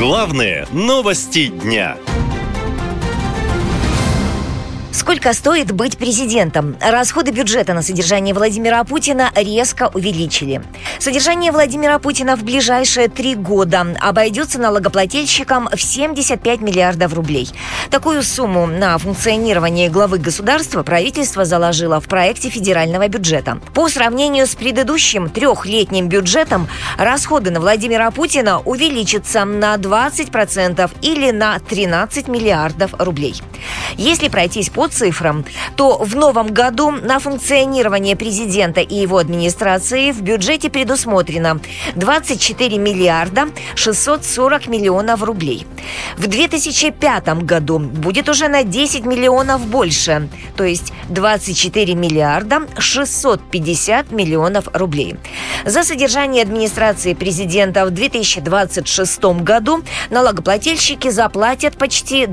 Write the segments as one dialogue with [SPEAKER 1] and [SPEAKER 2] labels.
[SPEAKER 1] Главные новости дня.
[SPEAKER 2] Сколько стоит быть президентом? Расходы бюджета на содержание Владимира Путина резко увеличили. Содержание Владимира Путина в ближайшие 3 года обойдется налогоплательщикам в 75 миллиардов рублей. Такую сумму на функционирование главы государства правительство заложило в проекте федерального бюджета. По сравнению с предыдущим 3-летним бюджетом, расходы на Владимира Путина увеличатся на 20% или на 13 миллиардов рублей. Если пройтись по цифрам, то в новом году на функционирование президента и его администрации в бюджете предусмотрено 24 миллиарда 640 миллионов рублей. В 2005 году будет уже на 10 миллионов больше, то есть 24 миллиарда 650 миллионов рублей. За содержание администрации президента в 2026 году налогоплательщики заплатят почти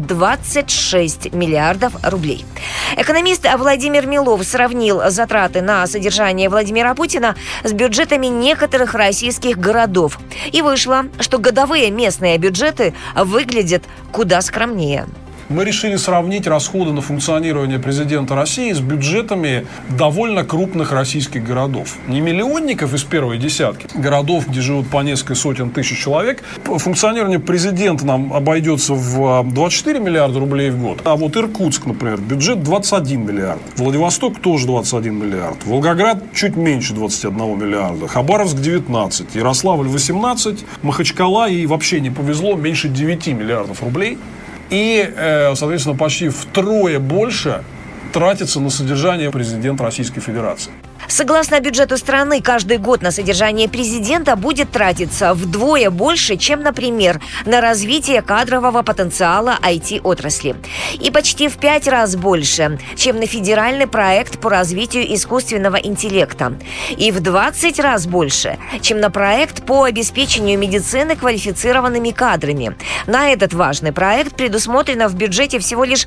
[SPEAKER 2] 26 миллиардов рублей. Экономист Владимир Милов сравнил затраты на содержание Владимира Путина с бюджетами некоторых российских городов. И вышло, что годовые местные бюджеты выглядят куда скромнее.
[SPEAKER 3] Мы решили сравнить расходы на функционирование президента России с бюджетами довольно крупных российских городов. Не миллионников из первой десятки, городов, где живут по несколько сотен тысяч человек. Функционирование президента нам обойдется в 24 миллиарда рублей в год. А вот Иркутск, например, бюджет 21 миллиард. Владивосток тоже 21 миллиард. Волгоград чуть меньше 21 миллиарда. Хабаровск 19. Ярославль 18. Махачкала, и вообще не повезло, меньше 9 миллиардов рублей. И, соответственно, почти втрое больше тратится на содержание президента Российской Федерации.
[SPEAKER 2] Согласно бюджету страны, каждый год на содержание президента будет тратиться вдвое больше, чем, например, на развитие кадрового потенциала IT-отрасли. И почти в 5 раз больше, чем на федеральный проект по развитию искусственного интеллекта. И в 20 раз больше, чем на проект по обеспечению медицины квалифицированными кадрами. На этот важный проект предусмотрено в бюджете всего лишь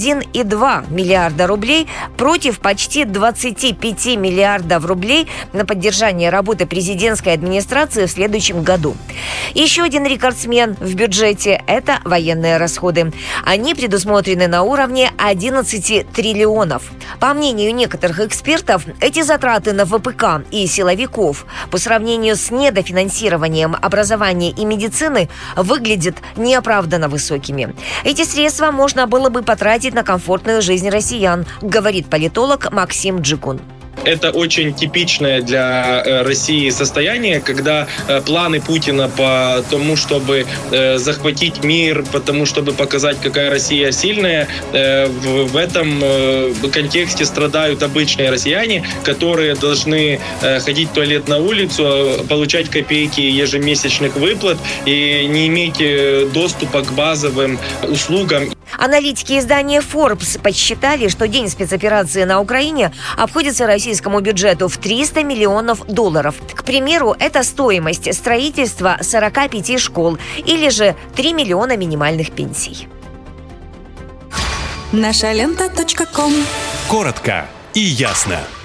[SPEAKER 2] 1,2 миллиарда рублей против почти 25 миллиардов рублей на поддержание работы президентской администрации в следующем году. Еще один рекордсмен в бюджете – это военные расходы. Они предусмотрены на уровне 11 триллионов. По мнению некоторых экспертов, эти затраты на ВПК и силовиков по сравнению с недофинансированием образования и медицины выглядят неоправданно высокими. Эти средства можно было бы потратить на комфортную жизнь россиян, говорит политолог Максим Джикун.
[SPEAKER 4] Это очень типичное для России состояние, когда планы Путина по тому, чтобы захватить мир, по тому, чтобы показать, какая Россия сильная, в этом контексте страдают обычные россияне, которые должны ходить в туалет на улицу, получать копейки ежемесячных выплат и не иметь доступа к базовым услугам.
[SPEAKER 2] Аналитики издания Forbes подсчитали, что день спецоперации на Украине обходится российскому бюджету в 300 миллионов долларов. К примеру, это стоимость строительства 45 школ или же 3 миллиона минимальных пенсий.
[SPEAKER 5] Нашалента.ком.
[SPEAKER 1] Коротко и ясно.